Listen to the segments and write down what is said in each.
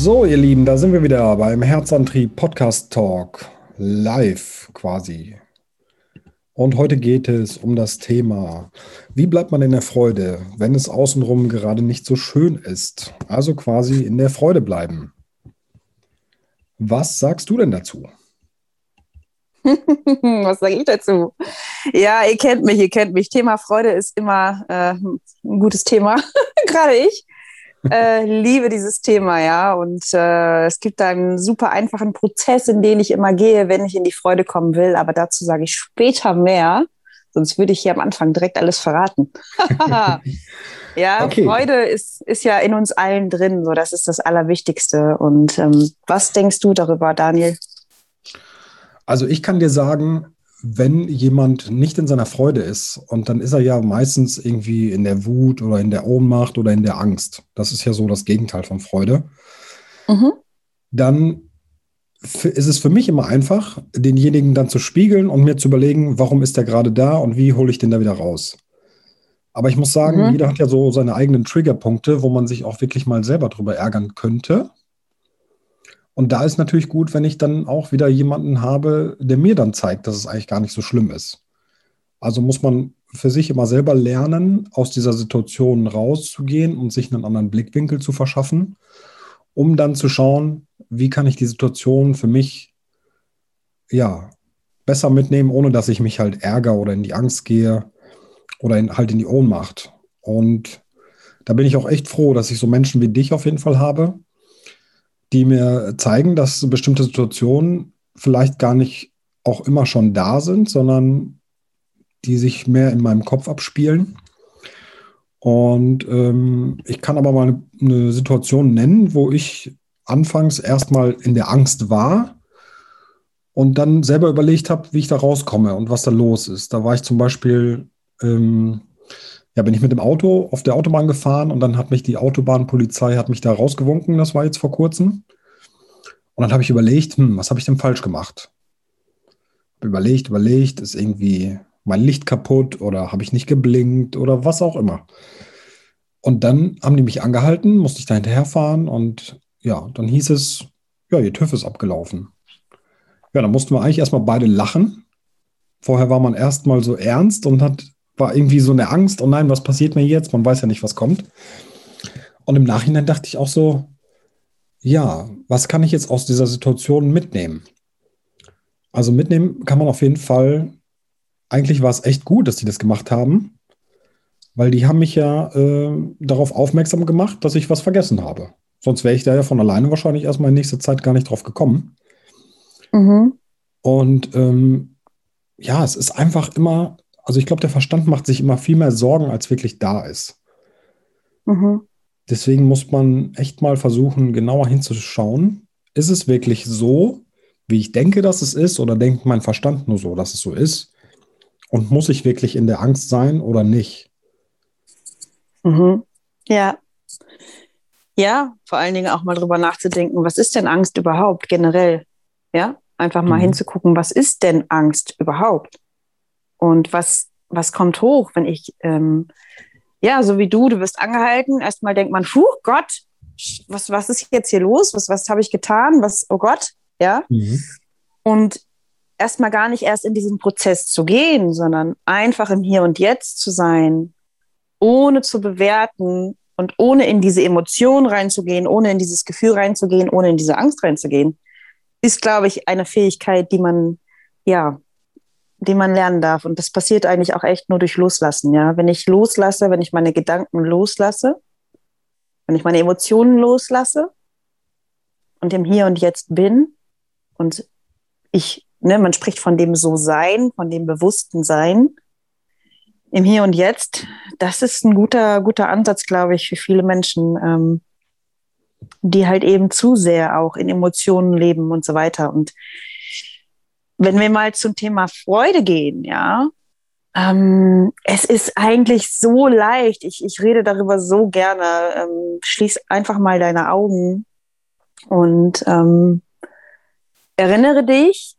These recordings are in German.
So, ihr Lieben, da sind wir wieder beim Herzantrieb Podcast Talk live quasi. Und heute geht es um das Thema, wie bleibt man in der Freude, wenn es außenrum gerade nicht so schön ist? Also quasi in der Freude bleiben. Was sagst du denn dazu? Was sage ich dazu? Ja, ihr kennt mich. Thema Freude ist immer ein gutes Thema. Gerade ich liebe dieses Thema, ja. Und es gibt da einen super einfachen Prozess, in den ich immer gehe, wenn ich in die Freude kommen will. Aber dazu sage ich später mehr. Sonst würde ich hier am Anfang direkt alles verraten. Ja, Okay, Freude ist ja in uns allen drin. So, das ist das Allerwichtigste. Und was denkst du darüber, Daniel? also ich kann dir sagen, wenn jemand nicht in seiner Freude ist, und dann ist er ja meistens irgendwie in der Wut oder in der Ohnmacht oder in der Angst. Das ist ja so das Gegenteil von Freude. Mhm. Dann ist es für mich immer einfach, denjenigen dann zu spiegeln und mir zu überlegen, warum ist der gerade da und wie hole ich den da wieder raus. Aber ich muss sagen, Mhm. jeder hat ja so seine eigenen Triggerpunkte, wo man sich auch wirklich mal selber drüber ärgern könnte. Und da ist natürlich gut, wenn ich dann auch wieder jemanden habe, der mir dann zeigt, dass es eigentlich gar nicht so schlimm ist. Also muss man für sich immer selber lernen, aus dieser Situation rauszugehen und sich einen anderen Blickwinkel zu verschaffen, um dann zu schauen, wie kann ich die Situation für mich ja besser mitnehmen, ohne dass ich mich halt ärgere oder in die Angst gehe oder halt in die Ohnmacht. Und da bin ich auch echt froh, dass ich so Menschen wie dich auf jeden Fall habe, die mir zeigen, dass bestimmte Situationen vielleicht gar nicht auch immer schon da sind, sondern die sich mehr in meinem Kopf abspielen. Und ich kann aber mal eine Situation nennen, wo ich anfangs erstmal in der Angst war und dann selber überlegt habe, wie ich da rauskomme und was da los ist. Da war ich zum Beispiel, ähm, ja, bin ich mit dem Auto auf der Autobahn gefahren und dann hat mich die Autobahnpolizei hat mich da rausgewunken. Das war jetzt vor kurzem. Und dann habe ich überlegt, was habe ich denn falsch gemacht? Hab überlegt, ist irgendwie mein Licht kaputt oder habe ich nicht geblinkt oder was auch immer. Und dann haben die mich angehalten, musste ich da hinterherfahren und ja, dann hieß es, ja, Ihr TÜV ist abgelaufen. Ja, dann mussten wir eigentlich erstmal beide lachen. Vorher war man erstmal so ernst und war irgendwie so eine Angst, oh nein, was passiert mir jetzt? Man weiß ja nicht, was kommt. Und im Nachhinein dachte ich auch so, ja, was kann ich jetzt aus dieser Situation mitnehmen? Also mitnehmen kann man auf jeden Fall, eigentlich war es echt gut, dass die das gemacht haben, weil die haben mich ja darauf aufmerksam gemacht, dass ich was vergessen habe. Sonst wäre ich da ja von alleine wahrscheinlich erstmal in nächster Zeit gar nicht drauf gekommen. Mhm. Und ja, es ist einfach immer, also ich glaube, der Verstand macht sich immer viel mehr Sorgen, als wirklich da ist. Mhm. Deswegen muss man echt mal versuchen, genauer hinzuschauen. Ist es wirklich so, wie ich denke, dass es ist, oder denkt mein Verstand nur so, dass es so ist? Und muss ich wirklich in der Angst sein oder nicht? Mhm. Ja, ja, vor allen Dingen auch mal drüber nachzudenken, was ist denn Angst überhaupt generell? Ja, einfach mal Mhm. hinzugucken, was ist denn Angst überhaupt? Und was kommt hoch, wenn ich, ja, so wie du wirst angehalten, erstmal denkt man, puh, Gott, was ist jetzt hier los? Was habe ich getan? Oh Gott, ja. Mhm. Und erstmal gar nicht erst in diesen Prozess zu gehen, sondern einfach im Hier und Jetzt zu sein, ohne zu bewerten und ohne in diese Emotion reinzugehen, ohne in dieses Gefühl reinzugehen, ohne in diese Angst reinzugehen, ist, glaube ich, eine Fähigkeit, ja, die man lernen darf. Und das passiert eigentlich auch echt nur durch Loslassen, ja. Wenn ich loslasse, wenn ich meine Gedanken loslasse, wenn ich meine Emotionen loslasse und im Hier und Jetzt bin und man spricht von dem So-Sein, von dem bewussten Sein, im Hier und Jetzt, das ist ein guter Ansatz, glaube ich, für viele Menschen, die halt eben zu sehr auch in Emotionen leben und so weiter. Und wenn wir mal zum Thema Freude gehen, ja, es ist eigentlich so leicht. Ich rede darüber so gerne. Schließ einfach mal deine Augen und erinnere dich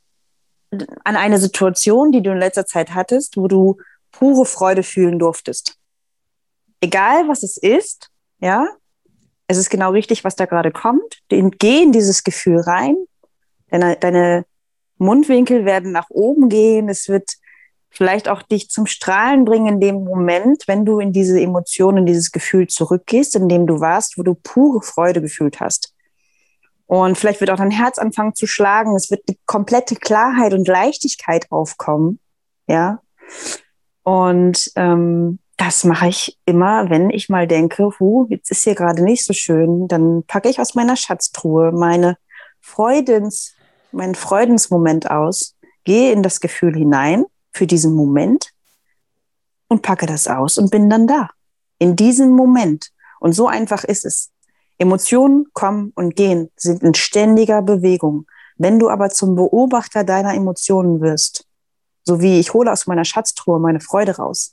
an eine Situation, die du in letzter Zeit hattest, wo du pure Freude fühlen durftest. Egal was es ist, ja, es ist genau richtig, was da gerade kommt. Geh in dieses Gefühl rein. Deine Mundwinkel werden nach oben gehen. Es wird vielleicht auch dich zum Strahlen bringen in dem Moment, wenn du in diese Emotion, in dieses Gefühl zurückgehst, in dem du warst, wo du pure Freude gefühlt hast. Und vielleicht wird auch dein Herz anfangen zu schlagen. Es wird eine komplette Klarheit und Leichtigkeit aufkommen. Ja. Und das mache ich immer, wenn ich mal denke, jetzt ist hier gerade nicht so schön, dann packe ich aus meiner Schatztruhe meinen Freudensmoment aus, gehe in das Gefühl hinein für diesen Moment und packe das aus und bin dann da, in diesem Moment. Und so einfach ist es. Emotionen kommen und gehen, sind in ständiger Bewegung. Wenn du aber zum Beobachter deiner Emotionen wirst, so wie ich hole aus meiner Schatztruhe meine Freude raus,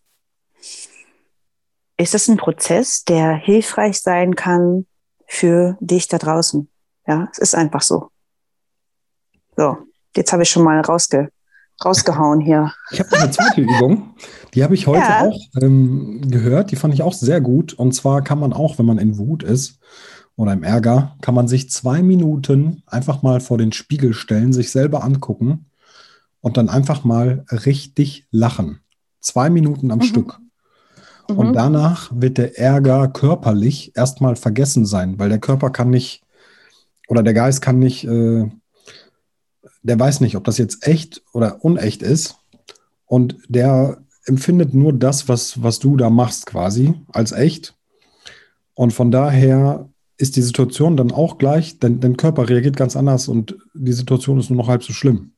ist es ein Prozess, der hilfreich sein kann für dich da draußen. Ja, es ist einfach so. So, jetzt habe ich schon mal rausgehauen hier. Ich habe eine zweite Übung, die habe ich heute auch gehört, die fand ich auch sehr gut. Und zwar kann man auch, wenn man in Wut ist oder im Ärger, kann man sich 2 Minuten einfach mal vor den Spiegel stellen, sich selber angucken und dann einfach mal richtig lachen. 2 Minuten am Stück. Und danach wird der Ärger körperlich erstmal vergessen sein, weil der Körper kann nicht, oder der Geist kann nicht, der weiß nicht, ob das jetzt echt oder unecht ist. Und der empfindet nur das, was du da machst quasi, als echt. Und von daher ist die Situation dann auch gleich, denn dein Körper reagiert ganz anders und die Situation ist nur noch halb so schlimm.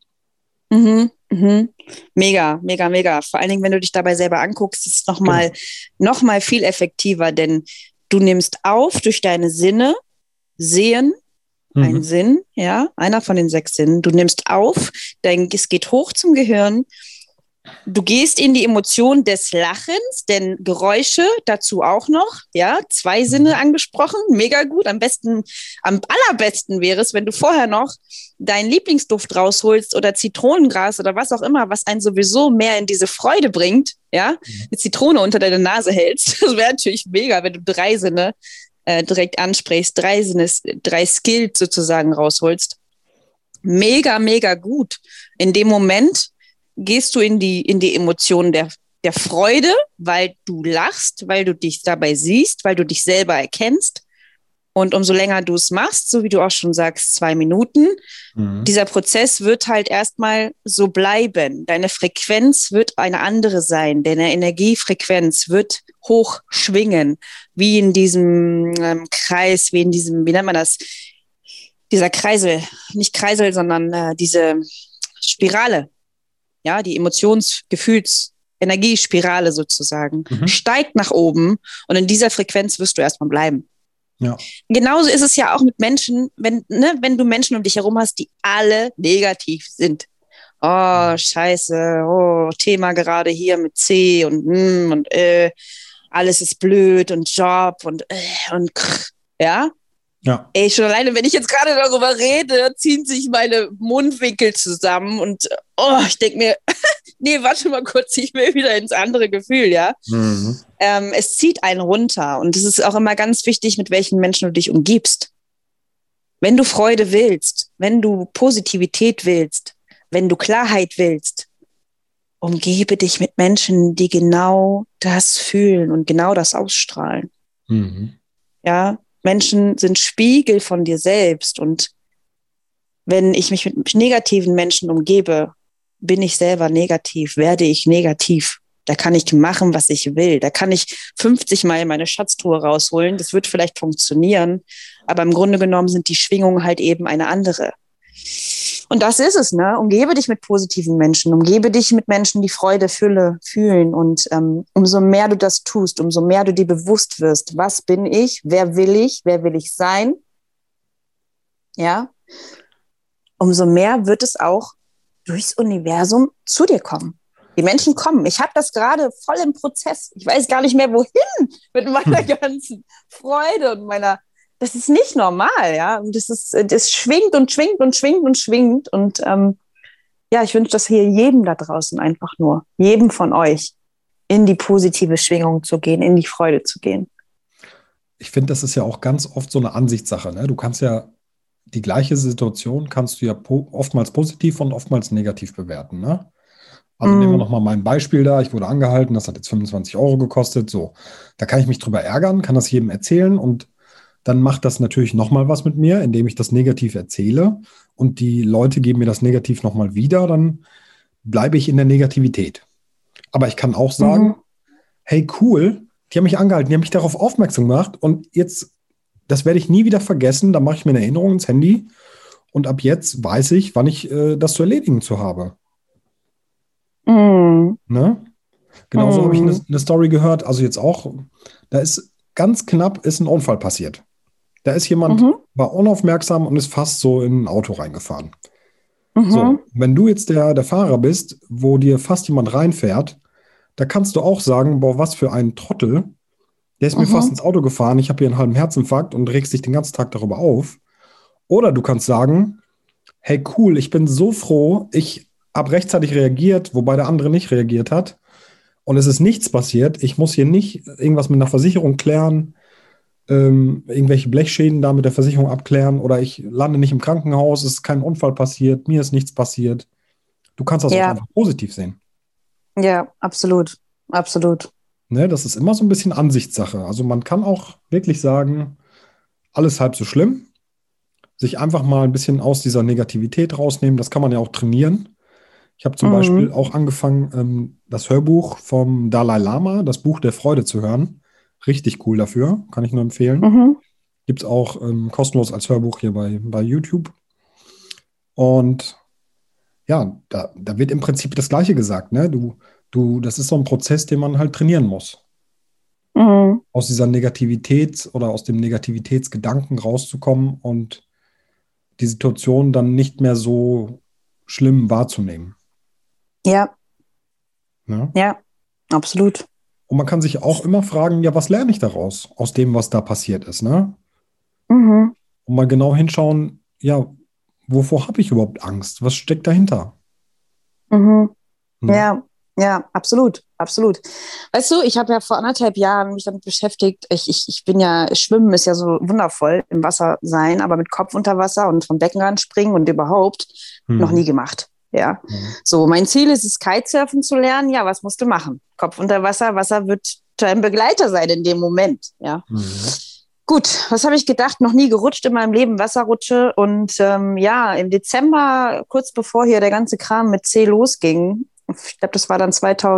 Mega, mega, mega. Vor allen Dingen, wenn du dich dabei selber anguckst, ist es noch mal viel effektiver, denn du nimmst auf durch deine Sinne, Sehen, ein Sinn, ja, einer von den 6 Sinnen. Du nimmst auf, es geht hoch zum Gehirn. Du gehst in die Emotion des Lachens, denn Geräusche dazu auch noch, ja, 2 Sinne angesprochen, mega gut. Am allerbesten wäre es, wenn du vorher noch deinen Lieblingsduft rausholst oder Zitronengras oder was auch immer, was einen sowieso mehr in diese Freude bringt, ja, eine Zitrone unter deine Nase hältst. Das wäre natürlich mega, wenn du 3 Sinne direkt ansprichst, 3 Skills sozusagen rausholst. Mega, mega gut. In dem Moment gehst du in die Emotionen der Freude, weil du lachst, weil du dich dabei siehst, weil du dich selber erkennst. Und umso länger du es machst, so wie du auch schon sagst, 2 Minuten, dieser Prozess wird halt erstmal so bleiben. Deine Frequenz wird eine andere sein. Deine Energiefrequenz wird hoch schwingen, wie in diesem Kreis, wie nennt man das? Dieser Kreisel, nicht Kreisel, sondern diese Spirale. Ja, die Energiespirale sozusagen, steigt nach oben und in dieser Frequenz wirst du erstmal bleiben. Ja. Genauso ist es ja auch mit Menschen, wenn du Menschen um dich herum hast, die alle negativ sind. Oh, scheiße, oh, Thema gerade hier mit C und alles ist blöd und Job und ja. Ja. Ey, schon alleine, wenn ich jetzt gerade darüber rede, ziehen sich meine Mundwinkel zusammen und ich denke mir, nee, warte mal kurz, ich will wieder ins andere Gefühl, ja. Es zieht einen runter und es ist auch immer ganz wichtig, mit welchen Menschen du dich umgibst. Wenn du Freude willst, wenn du Positivität willst, wenn du Klarheit willst, umgebe dich mit Menschen, die genau das fühlen und genau das ausstrahlen. Ja, Menschen sind Spiegel von dir selbst und wenn ich mich mit negativen Menschen umgebe, bin ich selber negativ, werde ich negativ. Da kann ich machen, was ich will. Da kann ich 50 Mal meine Schatztruhe rausholen. Das wird vielleicht funktionieren, aber im Grunde genommen sind die Schwingungen halt eben eine andere. Und das ist es, ne? Umgebe dich mit positiven Menschen, umgebe dich mit Menschen, die Freude, Fülle fühlen. Und umso mehr du das tust, umso mehr du dir bewusst wirst, was bin ich, wer will ich sein, ja, umso mehr wird es auch durchs Universum zu dir kommen. Die Menschen kommen. Ich habe das gerade voll im Prozess. Ich weiß gar nicht mehr, wohin mit meiner ganzen Freude und das ist nicht normal, ja. Und das schwingt und schwingt und schwingt und schwingt. Und ich wünsche das hier jedem da draußen einfach nur, jedem von euch, in die positive Schwingung zu gehen, in die Freude zu gehen. ich finde, das ist ja auch ganz oft so eine Ansichtssache. Ne? Du kannst ja die gleiche Situation kannst du ja oftmals positiv und oftmals negativ bewerten. Ne? Also nehmen wir Mm, nochmal mein Beispiel da. Ich wurde angehalten, das hat jetzt 25 € gekostet. So, da kann ich mich drüber ärgern, kann das jedem erzählen und dann macht das natürlich nochmal was mit mir, indem ich das negativ erzähle und die Leute geben mir das negativ nochmal wieder, dann bleibe ich in der Negativität. Aber ich kann auch sagen, mhm. hey, cool, die haben mich angehalten, die haben mich darauf aufmerksam gemacht und jetzt, das werde ich nie wieder vergessen, da mache ich mir eine Erinnerung ins Handy und ab jetzt weiß ich, wann ich das zu erledigen zu habe. Mm, Ne? Genauso habe ich mm, eine Story gehört, also jetzt auch, da ist ganz knapp ist ein Unfall passiert. Da ist jemand, mhm, war unaufmerksam und ist fast so in ein Auto reingefahren. mhm, So, wenn du jetzt der Fahrer bist, wo dir fast jemand reinfährt, da kannst du auch sagen, boah, was für ein Trottel, der ist mir fast mhm. ins Auto gefahren, ich habe hier einen halben Herzinfarkt und regst dich den ganzen Tag darüber auf. Oder du kannst sagen, hey cool, ich bin so froh, ich habe rechtzeitig reagiert, wobei der andere nicht reagiert hat. Und es ist nichts passiert. Ich muss hier nicht irgendwas mit einer Versicherung klären, irgendwelche Blechschäden da mit der Versicherung abklären oder ich lande nicht im Krankenhaus, es ist kein Unfall passiert, mir ist nichts passiert. Du kannst das auch Ja, einfach positiv sehen. ja, absolut, absolut. Ne? Das ist immer so ein bisschen Ansichtssache. Also man kann auch wirklich sagen, alles halb so schlimm, sich einfach mal ein bisschen aus dieser Negativität rausnehmen. Das kann man ja auch trainieren. Ich habe zum Beispiel Mhm, auch angefangen, das Hörbuch vom Dalai Lama, das Buch der Freude zu hören. Richtig cool dafür, kann ich nur empfehlen. mhm. Gibt es auch kostenlos als Hörbuch hier bei YouTube. Und ja, da wird im Prinzip das Gleiche gesagt, ne? Das ist so ein Prozess, den man halt trainieren muss. Mhm. Aus dieser Negativität oder aus dem Negativitätsgedanken rauszukommen und die Situation dann nicht mehr so schlimm wahrzunehmen. Ja, Ne? ja, absolut. Und man kann sich auch immer fragen, ja, was lerne ich daraus, aus dem, was da passiert ist, ne? Mhm. Und mal genau hinschauen, ja, wovor habe ich überhaupt Angst? Was steckt dahinter? Mhm. Ne? Ja, ja, absolut, absolut. Weißt du, ich habe ja vor 1,5 Jahren mich damit beschäftigt. Ich bin ja, Schwimmen ist ja so wundervoll im Wasser sein, aber mit Kopf unter Wasser und vom Beckenrand springen und überhaupt noch Hm. nie gemacht. Ja, Ja. so mein Ziel ist es, Kitesurfen zu lernen. Ja, was musst du machen? Kopf unter Wasser, Wasser wird dein Begleiter sein in dem Moment. Ja, Mhm. gut, was habe ich gedacht? Noch nie gerutscht in meinem Leben, Wasserrutsche. Und ja, im Dezember, kurz bevor hier der ganze Kram mit C losging, ich glaube, das war dann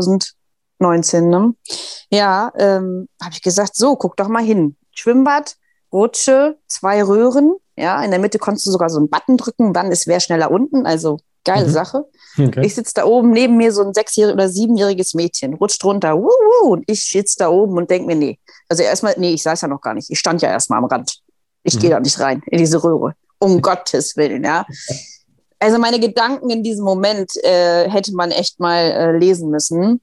2019, ne? Ja, habe ich gesagt, so, guck doch mal hin. Schwimmbad, Rutsche, 2 Röhren. Ja, in der Mitte konntest du sogar so einen Button drücken, dann ist wer schneller unten. Also geile Mhm. Sache. Okay. Ich sitze da oben, neben mir so ein 6-jähriges oder 7-jähriges Mädchen, rutscht runter, und ich sitze da oben und denke mir, nee. Also erstmal, nee, ich saß ja noch gar nicht. Ich stand ja erstmal am Rand. Ich gehe Mhm. da nicht rein, in diese Röhre. Um Gottes Willen, ja. Also meine Gedanken in diesem Moment hätte man echt mal lesen müssen.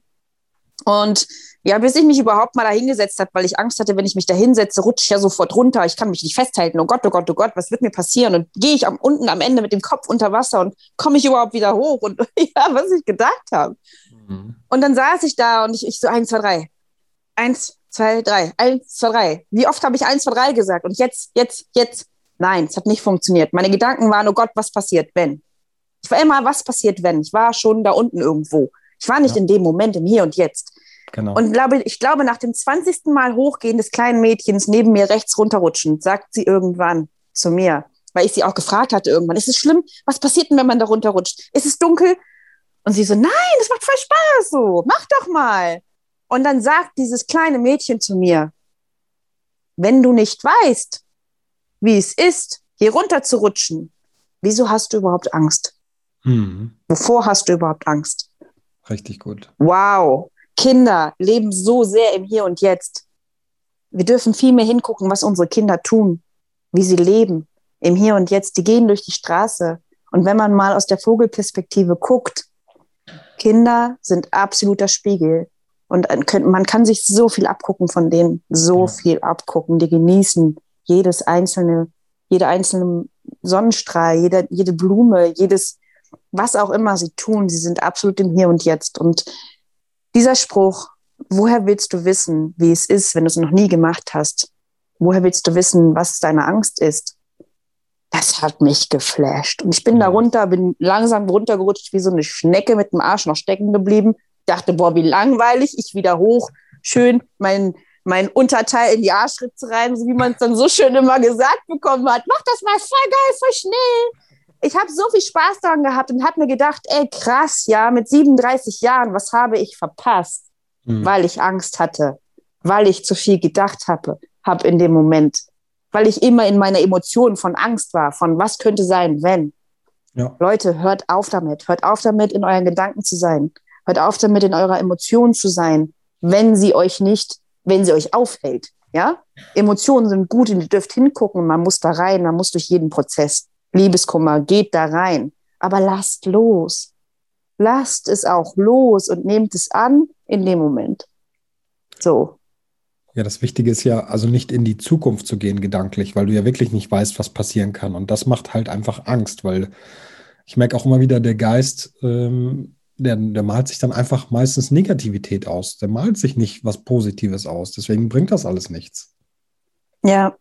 Und ja, bis ich mich überhaupt mal da hingesetzt habe, weil ich Angst hatte, wenn ich mich da hinsetze, rutsche ich ja sofort runter. Ich kann mich nicht festhalten. Oh Gott, oh Gott, oh Gott, was wird mir passieren? Und gehe ich unten am Ende mit dem Kopf unter Wasser und komme ich überhaupt wieder hoch? Und ja, was ich gedacht habe. Mhm. Und dann saß ich da und ich so 1, 2, 3. 1, 2, 3. 1, 2, 3. Wie oft habe ich 1, 2, 3 gesagt? Und jetzt, jetzt, jetzt. Nein, es hat nicht funktioniert. Meine Gedanken waren, oh Gott, was passiert, wenn? Ich war immer, was passiert, wenn? Ich war schon da unten irgendwo. Ich war nicht Ja, in dem Moment, im Hier und Jetzt. genau. Und ich glaube, nach dem 20. Mal Hochgehen des kleinen Mädchens neben mir rechts runterrutschen, sagt sie irgendwann zu mir, weil ich sie auch gefragt hatte irgendwann, ist es schlimm? Was passiert denn, wenn man da runterrutscht? Ist es dunkel? Und sie so, nein, das macht voll Spaß so, mach doch mal. Und dann sagt dieses kleine Mädchen zu mir, wenn du nicht weißt, wie es ist, hier runter zu rutschen, wieso hast du überhaupt Angst? Mhm. Wovor hast du überhaupt Angst? Richtig gut. Wow, Kinder leben so sehr im Hier und Jetzt. Wir dürfen viel mehr hingucken, was unsere Kinder tun, wie sie leben im Hier und Jetzt. Die gehen durch die Straße. Und wenn man mal aus der Vogelperspektive guckt, Kinder sind absoluter Spiegel. Und man kann sich so viel abgucken von denen, so Ja. viel abgucken. Die genießen jede einzelne Sonnenstrahl, jede Blume, jedes, was auch immer sie tun. Sie sind absolut im Hier und Jetzt. Und dieser Spruch, woher willst du wissen, wie es ist, wenn du es noch nie gemacht hast? woher willst du wissen, was deine Angst ist? Das hat mich geflasht. Und ich bin da runter, bin langsam runtergerutscht, wie so eine Schnecke mit dem Arsch noch stecken geblieben. Dachte, boah, wie langweilig. Ich wieder hoch, schön mein Unterteil in die Arschritze rein, so wie man es dann so schön immer gesagt bekommen hat. Mach das mal voll geil, voll schnell. Ich habe so viel Spaß daran gehabt und habe mir gedacht, ey, krass, ja, mit 37 Jahren, was habe ich verpasst? Weil ich Angst hatte, weil ich zu viel gedacht habe in dem Moment, weil ich immer in meiner Emotion von Angst war, von was könnte sein, wenn. Ja. Leute, hört auf damit, in euren Gedanken zu sein, hört auf damit, in eurer Emotion zu sein, wenn sie euch aufhält, ja? Emotionen sind gut und ihr dürft hingucken, man muss da rein, man muss durch jeden Prozess. Liebeskummer, geht da rein, aber lasst los. Lasst es auch los und nehmt es an in dem Moment. So. Ja, das Wichtige ist ja, also nicht in die Zukunft zu gehen gedanklich, weil du ja wirklich nicht weißt, was passieren kann. Und das macht halt einfach Angst, weil ich merke auch immer wieder, der Geist, der malt sich dann einfach meistens Negativität aus. Der malt sich nicht was Positives aus. Deswegen bringt das alles nichts. Ja.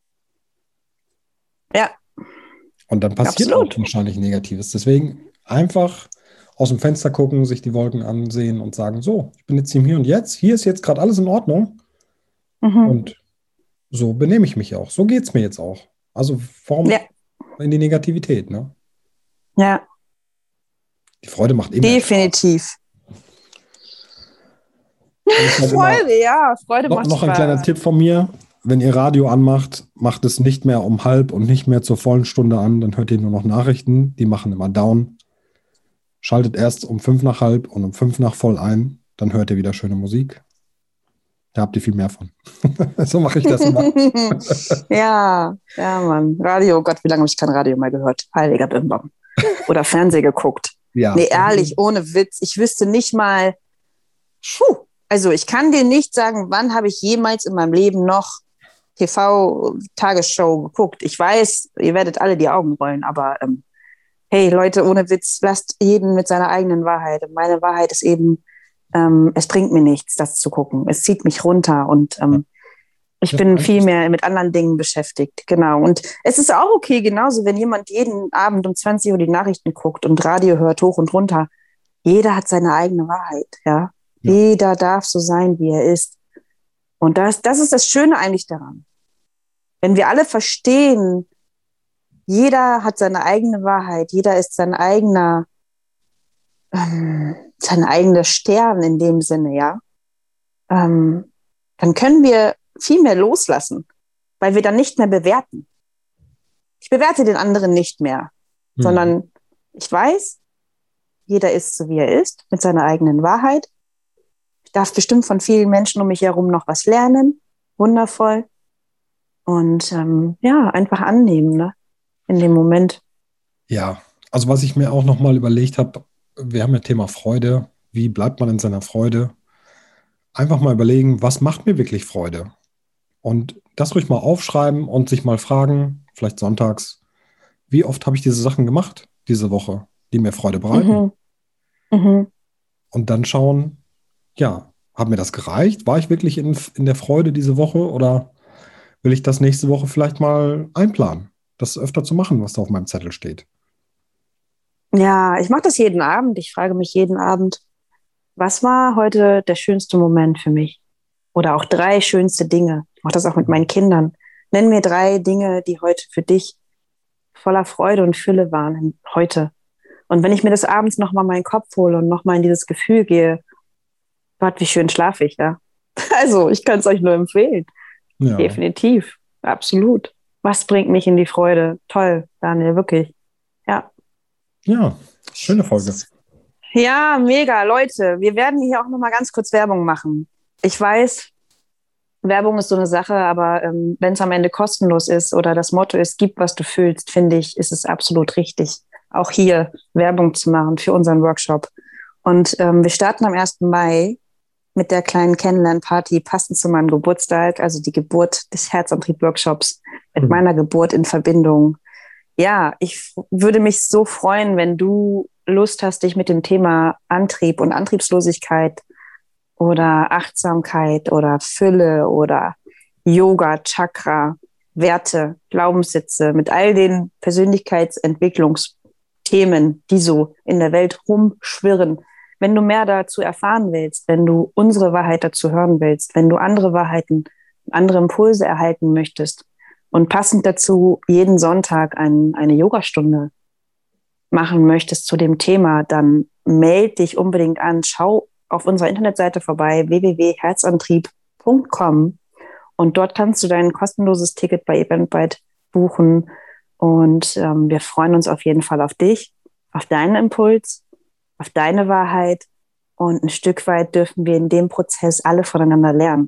Ja. Und dann passiert auch wahrscheinlich Negatives. Deswegen einfach aus dem Fenster gucken, sich die Wolken ansehen und sagen, so, ich bin jetzt im Hier und Jetzt. Hier ist jetzt gerade alles in Ordnung. Und so benehme ich mich auch. So geht es mir jetzt auch. Also warum in die Negativität, ne? Ja. Die Freude macht immer definitiv. Freude macht noch ein kleiner Tipp von mir. Wenn ihr Radio anmacht, macht es nicht mehr um 1:30 und nicht mehr zur vollen Stunde an. Dann hört ihr nur noch Nachrichten. Die machen immer down. Schaltet erst um 5:45 und um 5 nach voll ein. Dann hört ihr wieder schöne Musik. Da habt ihr viel mehr von. So mache ich das immer. Ja, Mann. Radio, oh Gott, wie lange habe ich kein Radio mehr gehört? Heiliger Bimbam. Oder Fernsehen geguckt. Ja. Nee, ehrlich, ohne Witz. Ich wüsste nicht mal, also ich kann dir nicht sagen, wann habe ich jemals in meinem Leben noch TV-Tagesshow geguckt. Ich weiß, ihr werdet alle die Augen rollen, aber hey Leute, ohne Witz, lasst jeden mit seiner eigenen Wahrheit. Und meine Wahrheit ist eben, es bringt mir nichts, das zu gucken. Es zieht mich runter und ich bin viel mehr mit anderen Dingen beschäftigt. Genau. Und es ist auch okay, genauso, wenn jemand jeden Abend um 20 Uhr die Nachrichten guckt und Radio hört, hoch und runter. Jeder hat seine eigene Wahrheit, ja. Jeder darf so sein, wie er ist. Und das ist das Schöne eigentlich daran. Wenn wir alle verstehen, jeder hat seine eigene Wahrheit, jeder ist sein eigener Stern in dem Sinne, ja, dann können wir viel mehr loslassen, weil wir dann nicht mehr bewerten. Ich bewerte den anderen nicht mehr, sondern ich weiß, jeder ist so, wie er ist, mit seiner eigenen Wahrheit. Ich darf bestimmt von vielen Menschen um mich herum noch was lernen. Wundervoll. Und einfach annehmen, ne? In dem Moment. Ja, also was ich mir auch nochmal überlegt habe, wir haben ja Thema Freude. Wie bleibt man in seiner Freude? Einfach mal überlegen, was macht mir wirklich Freude? Und das ruhig mal aufschreiben und sich mal fragen, vielleicht sonntags, wie oft habe ich diese Sachen gemacht diese Woche, die mir Freude bereiten? Und dann schauen, ja, hat mir das gereicht? War ich wirklich in der Freude diese Woche oder will ich das nächste Woche vielleicht mal einplanen, das öfter zu machen, was da auf meinem Zettel steht? Ja, ich mache das jeden Abend. Ich frage mich jeden Abend, was war heute der schönste Moment für mich? Oder auch 3 schönste Dinge. Ich mache das auch mit meinen Kindern. Nenn mir 3 Dinge, die heute für dich voller Freude und Fülle waren heute. Und wenn ich mir das abends nochmal meinen Kopf hole und nochmal in dieses Gefühl gehe, Gott, wie schön schlafe ich, ja. Also, ich kann es euch nur empfehlen. Ja. Definitiv, absolut. Was bringt mich in die Freude? Toll, Daniel, wirklich. Ja. Ja, schöne Folge. Ja, mega, Leute. Wir werden hier auch nochmal ganz kurz Werbung machen. Ich weiß, Werbung ist so eine Sache, aber wenn es am Ende kostenlos ist oder das Motto ist, gib, was du fühlst, finde ich, ist es absolut richtig, auch hier Werbung zu machen für unseren Workshop. Und wir starten am 1. Mai mit der kleinen Kennenlern-Party, passend zu meinem Geburtstag, also die Geburt des Herzantrieb-Workshops mit meiner Geburt in Verbindung. Ja, ich würde mich so freuen, wenn du Lust hast, dich mit dem Thema Antrieb und Antriebslosigkeit oder Achtsamkeit oder Fülle oder Yoga, Chakra, Werte, Glaubenssätze, mit all den Persönlichkeitsentwicklungsthemen, die so in der Welt rumschwirren. Wenn du mehr dazu erfahren willst, wenn du unsere Wahrheit dazu hören willst, wenn du andere Wahrheiten, andere Impulse erhalten möchtest und passend dazu jeden Sonntag eine Yogastunde machen möchtest zu dem Thema, dann melde dich unbedingt an. Schau auf unserer Internetseite vorbei, www.herzantrieb.com, und dort kannst du dein kostenloses Ticket bei Eventbrite buchen, und wir freuen uns auf jeden Fall auf dich, auf deinen Impuls, auf deine Wahrheit, und ein Stück weit dürfen wir in dem Prozess alle voneinander lernen.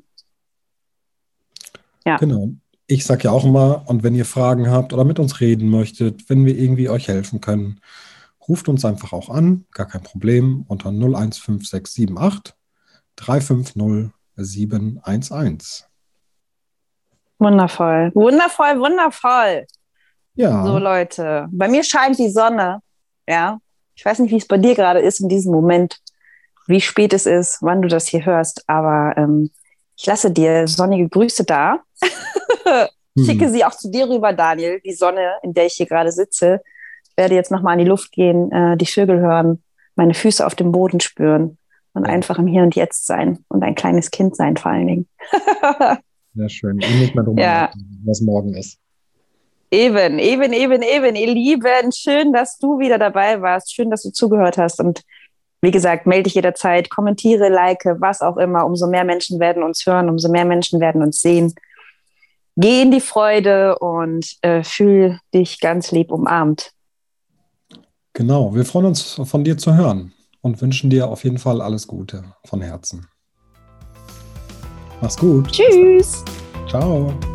Ja. Genau. Ich sage ja auch immer, und wenn ihr Fragen habt oder mit uns reden möchtet, wenn wir irgendwie euch helfen können, ruft uns einfach auch an, gar kein Problem, unter 015678 350 711. Wundervoll, wundervoll, wundervoll. Ja. So, Leute, bei mir scheint die Sonne, ja. Ich weiß nicht, wie es bei dir gerade ist in diesem Moment, wie spät es ist, wann du das hier hörst, aber ich lasse dir sonnige Grüße da. Schicke sie auch zu dir rüber, Daniel, die Sonne, in der ich hier gerade sitze. Ich werde jetzt nochmal in die Luft gehen, die Vögel hören, meine Füße auf dem Boden spüren und einfach im Hier und Jetzt sein und ein kleines Kind sein vor allen Dingen. Sehr schön. Ich nicht mehr drum nachdenken, was morgen ist. Eben, ihr Lieben. Schön, dass du wieder dabei warst. Schön, dass du zugehört hast. Und wie gesagt, melde dich jederzeit, kommentiere, like, was auch immer. Umso mehr Menschen werden uns hören, umso mehr Menschen werden uns sehen. Geh in die Freude und fühl dich ganz lieb umarmt. Genau, wir freuen uns, von dir zu hören und wünschen dir auf jeden Fall alles Gute von Herzen. Mach's gut. Tschüss. Ciao.